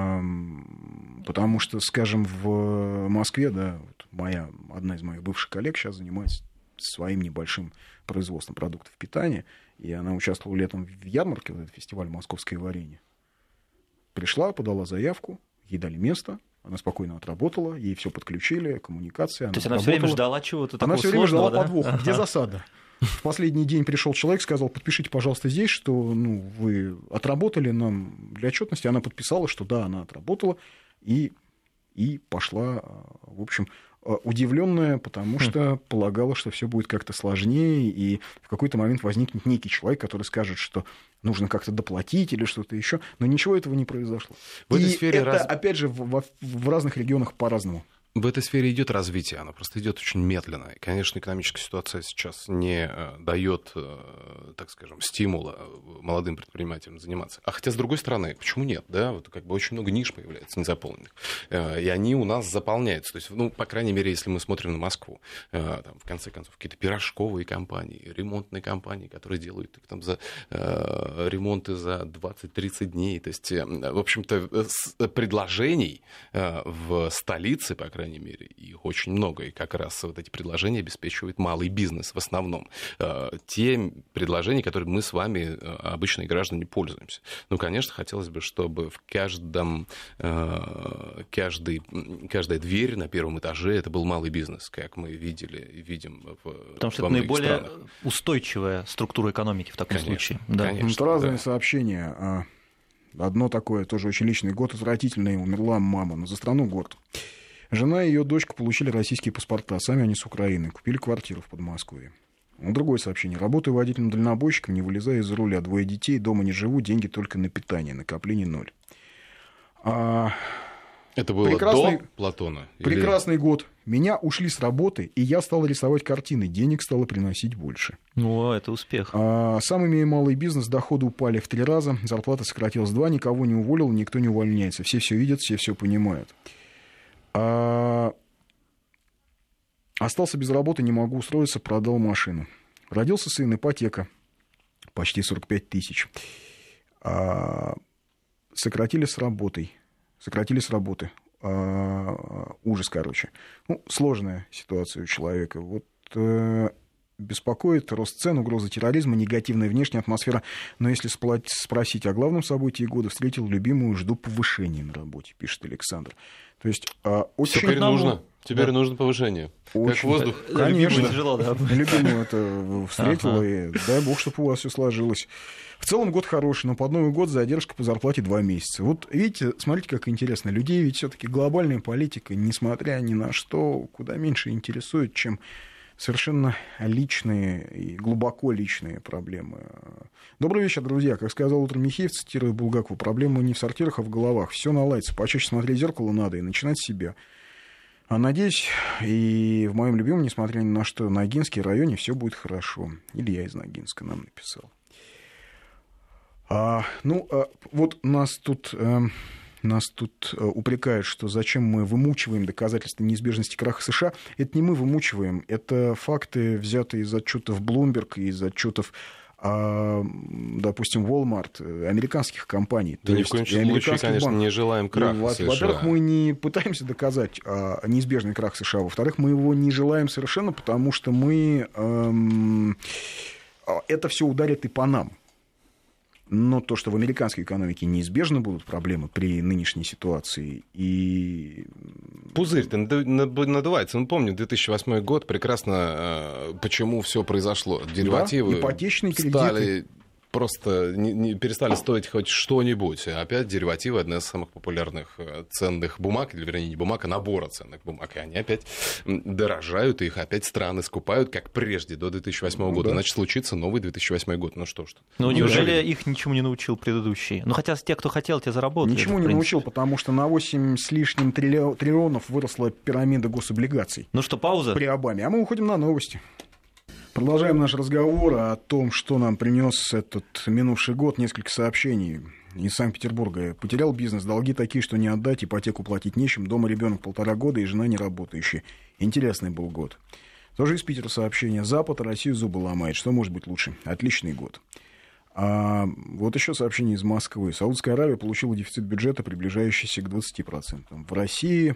Потому что, скажем, в Москве, да, вот моя, одна из моих бывших коллег сейчас занимается своим небольшим производством продуктов питания, и она участвовала летом в ярмарке, в этот фестиваль «Московское варенье». Пришла, подала заявку, ей дали место, она спокойно отработала, ей все подключили, коммуникация. То есть она все время ждала чего-то такого Она все время ждала да? подвоха. Ага. Где засада? В последний день пришел человек, сказал: подпишите, пожалуйста, здесь, что ну, вы отработали нам для отчетности. Она подписала, что да, она отработала. И, и пошла, в общем, удивленная, потому что полагала, что все будет как-то сложнее, и в какой-то момент возникнет некий человек, который скажет, что нужно как-то доплатить или что-то еще, но ничего этого не произошло. В этой и сфере это, раз... опять же, в, в разных регионах по-разному. В этой сфере идет развитие, оно просто идет очень медленно. И, конечно, экономическая ситуация сейчас не дает, так скажем, стимула молодым предпринимателям заниматься. А хотя, с другой стороны, почему нет? Да? Вот как бы очень много ниш появляется незаполненных. И они у нас заполняются. То есть, ну, по крайней мере, если мы смотрим на Москву, там, в конце концов, какие-то пирожковые компании, ремонтные компании, которые делают там, за, ремонты за двадцать-тридцать дней. То есть, в общем-то, предложений в столице, по крайней мере, их очень много, и как раз вот эти предложения обеспечивает малый бизнес в основном. Те предложения, которые мы с вами, обычные граждане, пользуемся. Ну, конечно, хотелось бы, чтобы в каждом, каждый, каждая дверь на первом этаже это был малый бизнес, как мы видели и видим в Потому что это наиболее странах. Устойчивая структура экономики в таком конечно, случае. Да. Конечно, это разные да. сообщения. Одно такое, тоже очень личный. Год отвратительный, умерла мама, но за страну горд. Жена и ее дочка получили российские паспорта, сами они с Украины, купили квартиру в Подмосковье. Другое сообщение. Работаю водителем-дальнобойщиком, не вылезая из руля, двое детей, дома не живу, деньги только на питание, накопление ноль. А... Это было прекрасный, до Платона? Прекрасный или... год. Меня ушли с работы, и я стал рисовать картины, денег стало приносить больше. Ну, это успех. А, сам имею малый бизнес, доходы упали в три раза, зарплата сократилась в два, никого не уволил, никто не увольняется. Все все видят, все все понимают. А... Остался без работы, не могу устроиться, продал машину. Родился сын, ипотека, почти сорок пять тысяч. А... Сократили с работой. Сократили с работы. А... Ужас, короче. Ну, сложная ситуация у человека. Вот э... беспокоит рост цен, угроза терроризма, негативная внешняя атмосфера. Но если спросить о главном событии года, встретил любимую, жду повышения на работе, пишет Александр. То есть, очень... Теперь нужно. Теперь да. нужно повышение. Очень. Как воздух. Конечно. Любимую тяжело, да. Любимую это встретила, и дай бог, чтобы у вас все сложилось. В целом год хороший, но под Новый год задержка по зарплате два месяца. Вот видите, смотрите, как интересно. Людей ведь все-таки глобальная политика, несмотря ни на что, куда меньше интересует, чем совершенно личные и глубоко личные проблемы. Добрый вечер, друзья. Как сказал утром Михеев, цитируя Булгакова, проблема не в сортирах, а в головах. Все наладится. Почаще смотреть в зеркало надо и начинать с себя. А надеюсь, и в моем любимом, несмотря ни на что, Ногинске районе все будет хорошо. Илья из Ногинска нам написал. А, ну, а, вот нас тут, а, нас тут а, упрекают, что зачем мы вымучиваем доказательства неизбежности краха США. Это не мы вымучиваем, это факты, взятые из отчетов Bloomberg и из отчетов, а, допустим, Walmart, американских компаний. Да ни в коем случае, конечно, банков. Не желаем краха и, США. Во-первых, мы не пытаемся доказать а, неизбежный крах США. Во-вторых, мы его не желаем совершенно, потому что мы... Эм, это все ударит и по нам. Но то, что в американской экономике неизбежно будут проблемы при нынешней ситуации, и... Пузырь-то надувается. Мы помним, две тысячи восьмой год, прекрасно, почему все произошло. Деривативы да, ипотечные стали... кредиты. Просто не, не перестали стоить хоть что-нибудь. Опять деривативы — одна из самых популярных ценных бумаг, или, вернее, не бумаг, а набора ценных бумаг. И они опять дорожают, и их опять страны скупают, как прежде, до две тысячи восьмого года. Ну, да. Значит, случится новый две тысячи восьмой год. Ну что ж. Ну, неужели да. их ничему не научил предыдущий? Ну, хотя те, кто хотел, те заработали. Ничему не научил, потому что на восемь с лишним триллионов выросла пирамида гособлигаций. Ну что, пауза? При Обаме. А мы уходим на новости. Продолжаем наш разговор о том, что нам принес этот минувший год. Несколько сообщений из Санкт-Петербурга. Потерял бизнес, долги такие, что не отдать, ипотеку платить нечем, дома ребенок полтора года и жена не работающая. Интересный был год. Тоже из Питера сообщение. Запад Россию зубы ломает. Что может быть лучше? Отличный год. А вот еще сообщение из Москвы. Саудовская Аравия получила дефицит бюджета, приближающийся к двадцати процентам. В России...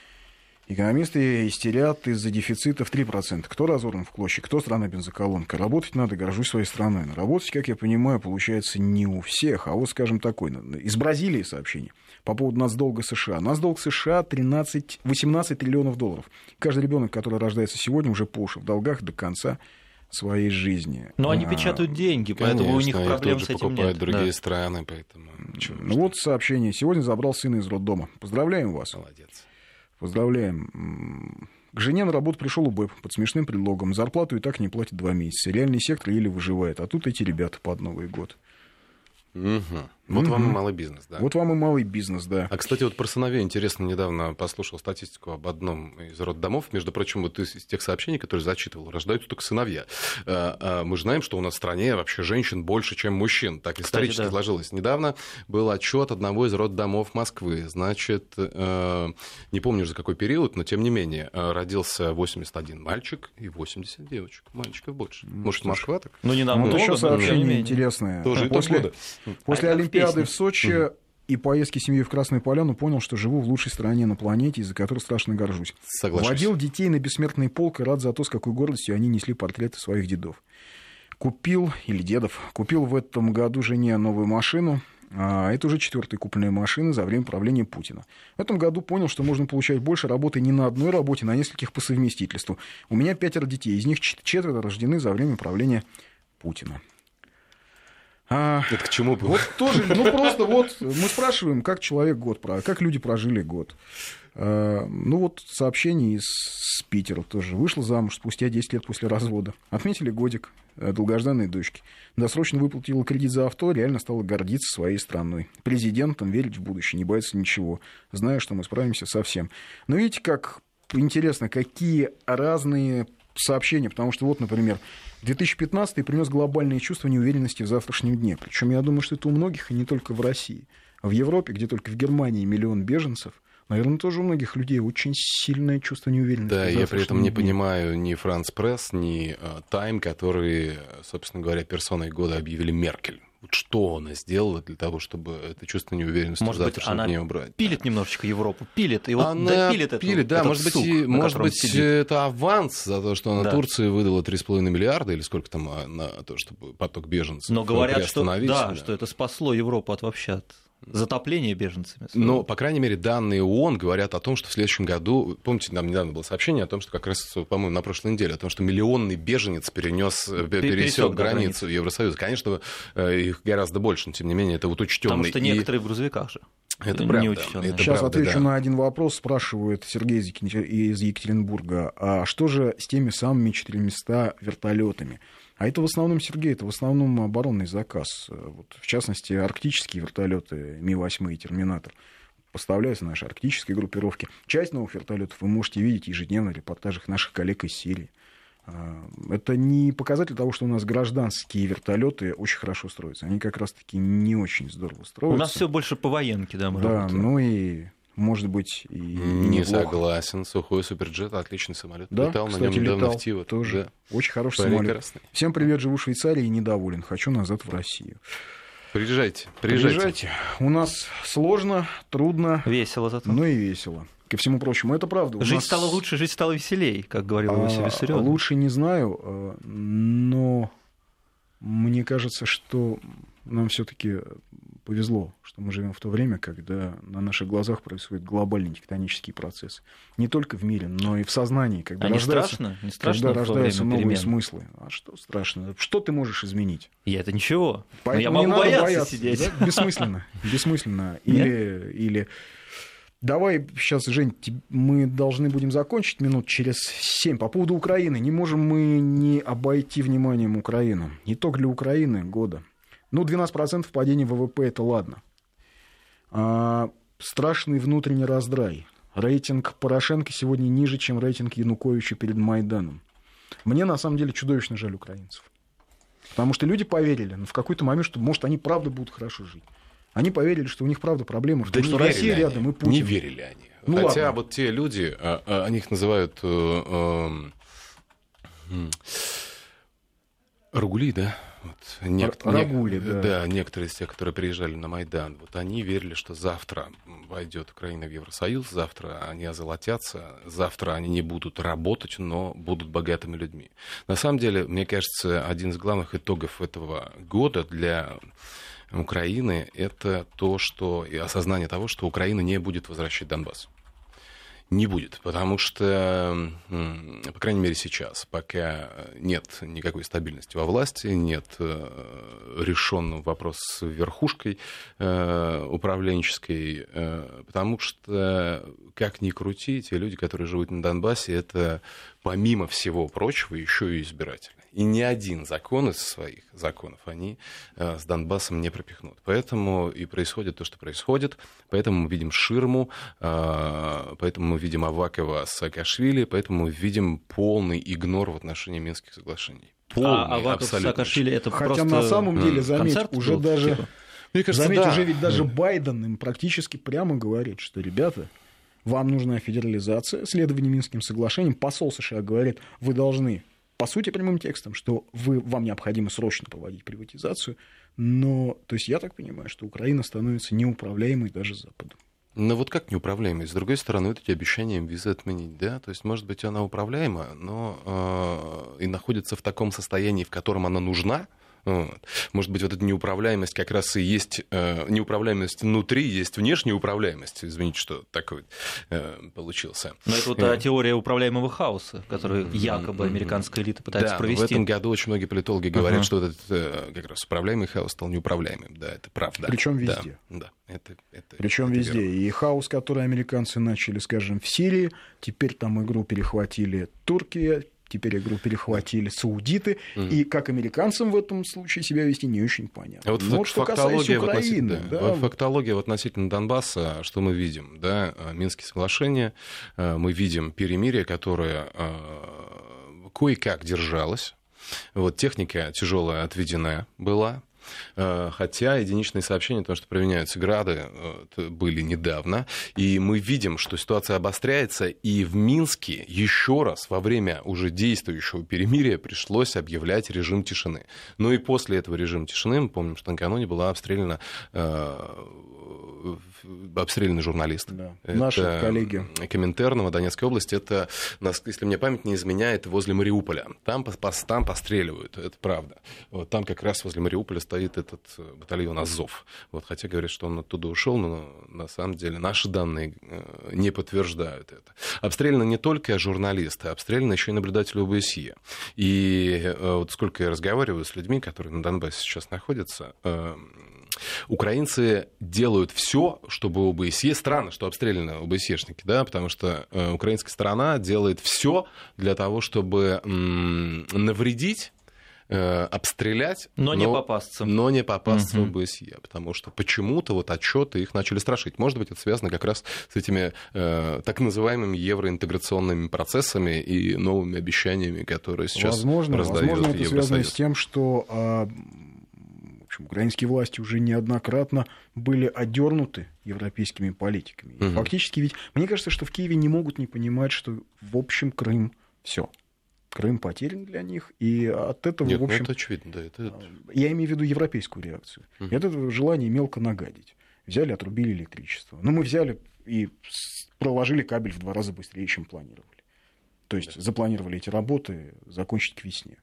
Экономисты истерят из-за дефицита в три процента. Кто разорван в клочья, кто страна-бензоколонка. Работать надо, горжусь своей страной. Но работать, как я понимаю, получается не у всех. А вот, скажем, такой. Из Бразилии сообщение по поводу нацдолга США. Нацдолг США тринадцать, восемнадцать триллионов долларов. Каждый ребенок, который рождается сегодня, уже по уши в долгах до конца своей жизни. Но они печатают деньги, поэтому конечно, у них проблем с этим покупают нет. Другие да. страны, поэтому... Ну вот сообщение. Сегодня забрал сына из роддома. Поздравляем вас. Молодец. Поздравляем. К жене на работу пришел УБЭП под смешным предлогом. Зарплату и так не платят два месяца. Реальный сектор еле выживает. А тут эти ребята под Новый год. Угу. Вот угу. вам и малый бизнес, да. Вот вам и малый бизнес, да. А, кстати, вот про сыновей интересно, недавно послушал статистику об одном из роддомов. Между прочим, вот из тех сообщений, которые зачитывал, рождаются только сыновья. Мы же знаем, что у нас в стране вообще женщин больше, чем мужчин. Так исторически кстати, да. сложилось. Недавно был отчет одного из роддомов Москвы. Значит, не помню уже за какой период, но тем не менее, родился восемьдесят один мальчик и восемьдесят девочек. Мальчиков больше. Может, Москва так? Ну, не намного. Вот еще сообщение интересное. Тоже после... года. После а Олимпиады в Сочи mm. и поездки семьи в Красную Поляну понял, что живу в лучшей стране на планете, из-за которой страшно горжусь. Соглашусь. Водил детей на бессмертный полк и рад за то, с какой гордостью они несли портреты своих дедов. Купил, или дедов, купил в этом году жене новую машину. А это уже четвертая купленная машина за время правления Путина. В этом году понял, что можно получать больше, работы не на одной работе, на нескольких по совместительству. У меня пятеро детей, из них четверо рождены за время правления Путина. А, это к чему было? Вот тоже, ну просто вот мы спрашиваем, как человек год, как люди прожили год. А, ну вот сообщение из Питера тоже. Вышла замуж спустя десять лет после развода. Отметили годик долгожданной дочки. Досрочно выплатила кредит за авто, реально стала гордиться своей страной. Президентом, верить в будущее, не боится ничего. Зная, что мы справимся со всем. Но видите, как интересно, какие разные сообщения, потому что вот, например, две тысячи пятнадцатый принес глобальное чувство неуверенности в завтрашнем дне. Причем я думаю, что это у многих, и не только в России. В Европе, где только в Германии миллион беженцев, наверное, тоже у многих людей очень сильное чувство неуверенности. Да, я при этом не дне. понимаю ни Франс Пресс, ни Тайм, которые, собственно говоря, персоной года объявили Меркель. Что она сделала для того, чтобы это чувство неуверенности может в завтрашнем дне убрать? Может быть, пилит немножечко Европу, пилит. И вот она допилит это, пилит, да, этот может сук, быть, может быть сидит. это аванс за то, что она да. Турции выдала три с половиной миллиарда, или сколько там на то, чтобы поток беженцев Но говорят, что, да, да. что это спасло Европу от вообще от затопление беженцами. Но, по крайней мере, данные ООН говорят о том, что в следующем году, помните, нам недавно было сообщение о том, что как раз, по-моему, на прошлой неделе, о том, что миллионный беженец перенес, пересек границу, границу Евросоюза. Конечно, их гораздо больше, но, тем не менее, это вот учтенный. Потому что некоторые и... в грузовиках же. Это, это правда. Это Сейчас правда, отвечу да. на один вопрос. Спрашивает Сергей из Екатеринбурга. А что же с теми самыми четырьмястами вертолетами? А это в основном, Сергей, это в основном оборонный заказ. Вот, в частности, арктические вертолеты Ми восемь и Терминатор поставляются нашей арктической группировке. Часть новых вертолетов вы можете видеть ежедневно в репортажах наших коллег из Сирии. Это не показатель того, что у нас гражданские вертолеты очень хорошо строятся. Они как раз-таки не очень здорово строятся. У нас все больше по военке, да, мы Да, работаем. ну и, может быть, и не неплохо. Согласен. Сухой суперджет, отличный самолет. Да, летал кстати, на нем недавно летал в Тиво. тоже. Да. Очень хороший Прекрасный. самолет. Всем привет, живу в Швейцарии и недоволен. Хочу назад в Россию. Приезжайте, приезжайте. Приезжайте. У нас сложно, трудно, Весело зато. но и весело. Ко всему прочему, это правда. У Жизнь нас... стала лучше, жизнь стала веселей, как говорил Иосиф а, Виссарионович. Лучше не знаю, но мне кажется, что нам все-таки повезло, что мы живем в то время, когда на наших глазах происходят глобальные тектонические процессы. Не только в мире, но и в сознании. Когда а не рождаются, страшно? Не страшно когда рождаются новые перемен? смыслы. А что страшно? Что ты можешь изменить? Я это ничего. Но я Поэтому могу не надо бояться, бояться сидеть. Да? Бессмысленно. Бессмысленно. Или, или... Давай сейчас, Жень, мы должны будем закончить минут через семь. По поводу Украины. Не можем мы не обойти вниманием Украину. Итог для Украины года. Ну, двенадцать процентов падения ВВП – это ладно. А, страшный внутренний раздрай. Рейтинг Порошенко сегодня ниже, чем рейтинг Януковича перед Майданом. Мне, на самом деле, чудовищно жаль украинцев. Потому что люди поверили в какой-то момент, что, может, они правда будут хорошо жить. Они поверили, что у них правда проблемы, да что Россия рядом они. и Путин. Не верили они. Ну, Хотя ладно. вот те люди, они их называют э, э, Рагули, да? Вот, нек- Рагули, нек- да. Да, некоторые из тех, которые приезжали на Майдан, вот они верили, что завтра войдет Украина в Евросоюз, завтра они озолотятся, завтра они не будут работать, но будут богатыми людьми. На самом деле, мне кажется, один из главных итогов этого года для Украины — это то, что и осознание того, что Украина не будет возвращать Донбасс. Не будет, потому что, по крайней мере, сейчас, пока нет никакой стабильности во власти, нет решенного вопроса с верхушкой управленческой, потому что, как ни крути, те люди, которые живут на Донбассе, это, помимо всего прочего, еще и избиратели. И ни один закон из своих законов они э, с Донбассом не пропихнут. Поэтому и происходит то, что происходит. Поэтому мы видим ширму, э, поэтому мы видим Авакова с Саакашвили, поэтому мы видим полный игнор в отношении Минских соглашений. Полный, а Аваков с Саакашвили это Хотя просто на самом деле, заметь, концерт уже был, даже, типа? Мне кажется, заметь, да. уже ведь даже Байден им практически прямо говорит, что, ребята, вам нужна федерализация, следование Минским соглашениям. Посол США говорит, вы должны... По сути, прямым текстом, что вы, вам необходимо срочно проводить приватизацию, но, то есть я так понимаю, что Украина становится неуправляемой даже Западом. Ну вот как неуправляемой? С другой стороны, вот эти обещания им визы отменить, да? То есть, может быть, она управляема, но э, и находится в таком состоянии, в котором она нужна. Вот. Может быть, вот эта неуправляемость как раз и есть э, неуправляемость внутри, есть внешняя управляемость. Извините, что такой э, получился. Но это вот та теория управляемого хаоса, которую якобы американская элита пытается да, провести. в этом году очень многие политологи говорят, uh-huh. что этот э, как раз управляемый хаос стал неуправляемым. Да, это правда. Причем везде. Да, да, это, это, Причем это везде. верно. И хаос, который американцы начали, скажем, в Сирии, теперь там игру перехватили Турция, теперь игру перехватили саудиты, mm. и как американцам в этом случае себя вести не очень понятно. А вот Но фак- что фактология, касается Украины, да, да, фактология относительно Донбасса, что мы видим? Да? Минские соглашения, мы видим перемирие, которое кое-как держалось. Вот, техника тяжелая отведена была. Хотя единичные сообщения о том, что применяются грады, были недавно. И мы видим, что ситуация обостряется. И в Минске еще раз во время уже действующего перемирия пришлось объявлять режим тишины. Ну и после этого режима тишины, мы помним, что накануне была обстреляна обстрелянный журналист. Да. Это Наши коллеги. Коминтерна в Донецкой области, это, если мне память не изменяет, возле Мариуполя. Там, там постреливают, это правда. Вот там как раз возле Мариуполя стоит этот батальон Азов. Вот, хотя говорят, что он оттуда ушел, но на самом деле наши данные не подтверждают это. Обстреляны не только журналисты, обстреляны еще и наблюдатели ОБСЕ. И вот сколько я разговариваю с людьми, которые на Донбассе сейчас находятся, украинцы делают все, чтобы ОБСЕ... Странно, что обстреляны ОБСЕшники, да, потому что э, украинская сторона делает все для того, чтобы м- навредить, э, обстрелять, но, но не попасться. Но не попасться угу. в ОБСЕ, потому что почему-то вот отчеты их начали страшить. Может быть, это связано как раз с этими э, так называемыми евроинтеграционными процессами и новыми обещаниями, которые сейчас возможно, раздает возможно, это Евросоюз. связано с тем, что... А... Украинские власти уже неоднократно были одернуты европейскими политиками. Угу. Фактически ведь, мне кажется, что в Киеве не могут не понимать, что в общем Крым все. Крым потерян для них, и от этого, Нет, в общем... Ну, это очевидно, да. Это... Я имею в виду европейскую реакцию. Угу. И от этого желание мелко нагадить. Взяли, отрубили электричество. Но мы взяли и проложили кабель в два раза быстрее, чем планировали. То есть да. запланировали эти работы закончить к весне.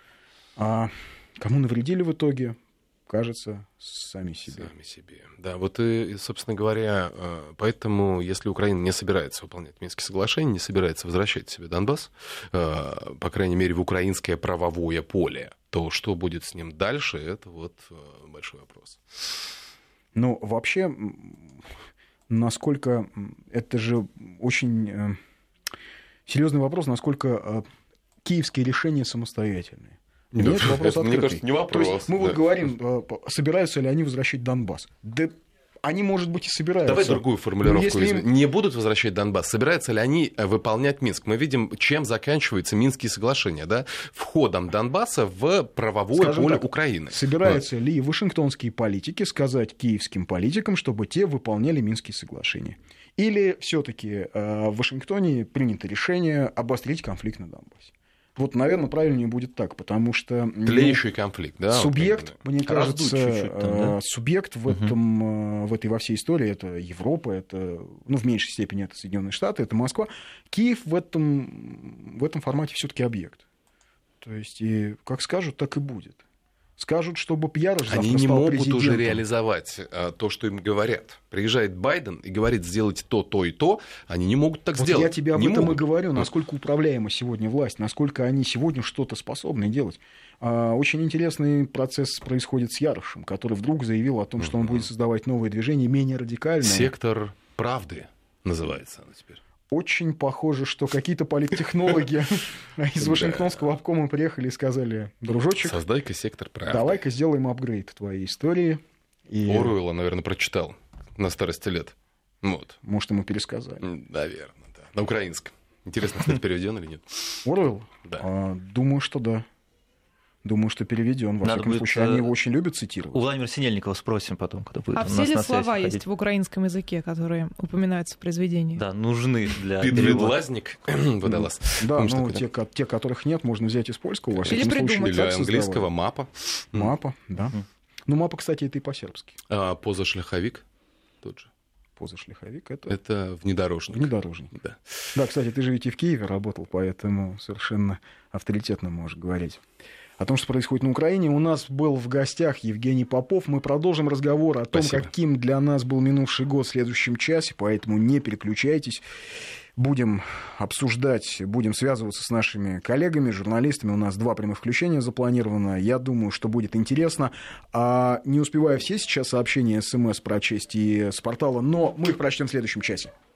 А кому навредили в итоге? Кажется, сами себе. Сами себе. Да, вот и, собственно говоря, поэтому, если Украина не собирается выполнять Минские соглашения, не собирается возвращать себе Донбасс, по крайней мере, в украинское правовое поле, то что будет с ним дальше, это вот большой вопрос. Ну, вообще, насколько... Это же очень серьезный вопрос, насколько киевские решения самостоятельные. Нет, Нет, вопрос это, мне кажется, не вопрос. То есть мы да. вот говорим, собираются ли они возвращать Донбасс. Да они, может быть, и собираются. Давай другую формулировку. Если им... Не будут возвращать Донбасс. Собираются ли они выполнять Минск? Мы видим, чем заканчиваются Минские соглашения. Да? Входом Донбасса в правовое Скажем поле так, Украины. Собираются вот. ли вашингтонские политики сказать киевским политикам, чтобы те выполняли Минские соглашения? Или все-таки э, в Вашингтоне принято решение обострить конфликт на Донбассе? Вот, наверное, правильнее будет так, потому что... Тлеющий ну, конфликт, да? Субъект, вот, мне кажется, там, да? субъект в, этом, угу. в этой во всей истории, это Европа, это, ну, в меньшей степени это Соединенные Штаты, это Москва. Киев в этом, в этом формате все-таки объект. То есть, и как скажут, так и будет. Скажут, чтобы Ярош завтра Они не стал могут президентом. уже реализовать а, то, что им говорят. Приезжает Байден и говорит сделать то, то и то. Они не могут так вот сделать. Я тебе об не этом могут. и говорю, насколько управляема сегодня власть, насколько они сегодня что-то способны делать. Очень интересный процесс происходит с Ярошем, который вдруг заявил о том, что он будет создавать новые движения, менее радикальные. Сектор правды называется оно теперь. Очень похоже, что какие-то политтехнологи из Вашингтонского обкома приехали и сказали: дружочек, создай-ка сектор правды. Давай-ка сделаем апгрейд твоей истории. И... Оруэлла, наверное, прочитал на старости лет. Вот. Может, ему пересказали. Наверное, да. На украинском. Интересно, кстати, переведен или нет? Оруэлл? Да. А, думаю, что да. Думаю, что переведен. Во Надо всяком будет, случае, они его очень любят цитировать. У Владимира Синельникова спросим потом, когда будет а у нас все ли на слова ходить. есть в украинском языке, которые упоминаются в произведении? Да, нужны для Подведлазник, водолаз. Да, ну, те, те, которых нет, можно взять из польского. Во всяком Или случае, Или английского мапа. Мапа, да. Ну, мапа, кстати, это и по-сербски. А позашляховик тот же. Позашляховик это... Это внедорожник. Внедорожник. Да. Да, кстати, ты же ведь и в Киеве работал, поэтому совершенно авторитетно можешь говорить о том, что происходит на Украине. У нас был в гостях Евгений Попов. Мы продолжим разговор о том, Спасибо. каким для нас был минувший год в следующем часе, поэтому не переключайтесь. Будем обсуждать, будем связываться с нашими коллегами, журналистами. У нас два прямых включения запланировано. Я думаю, что будет интересно. А не успеваю все сейчас сообщения, смс прочесть и с портала, но мы их прочтем в следующем часе.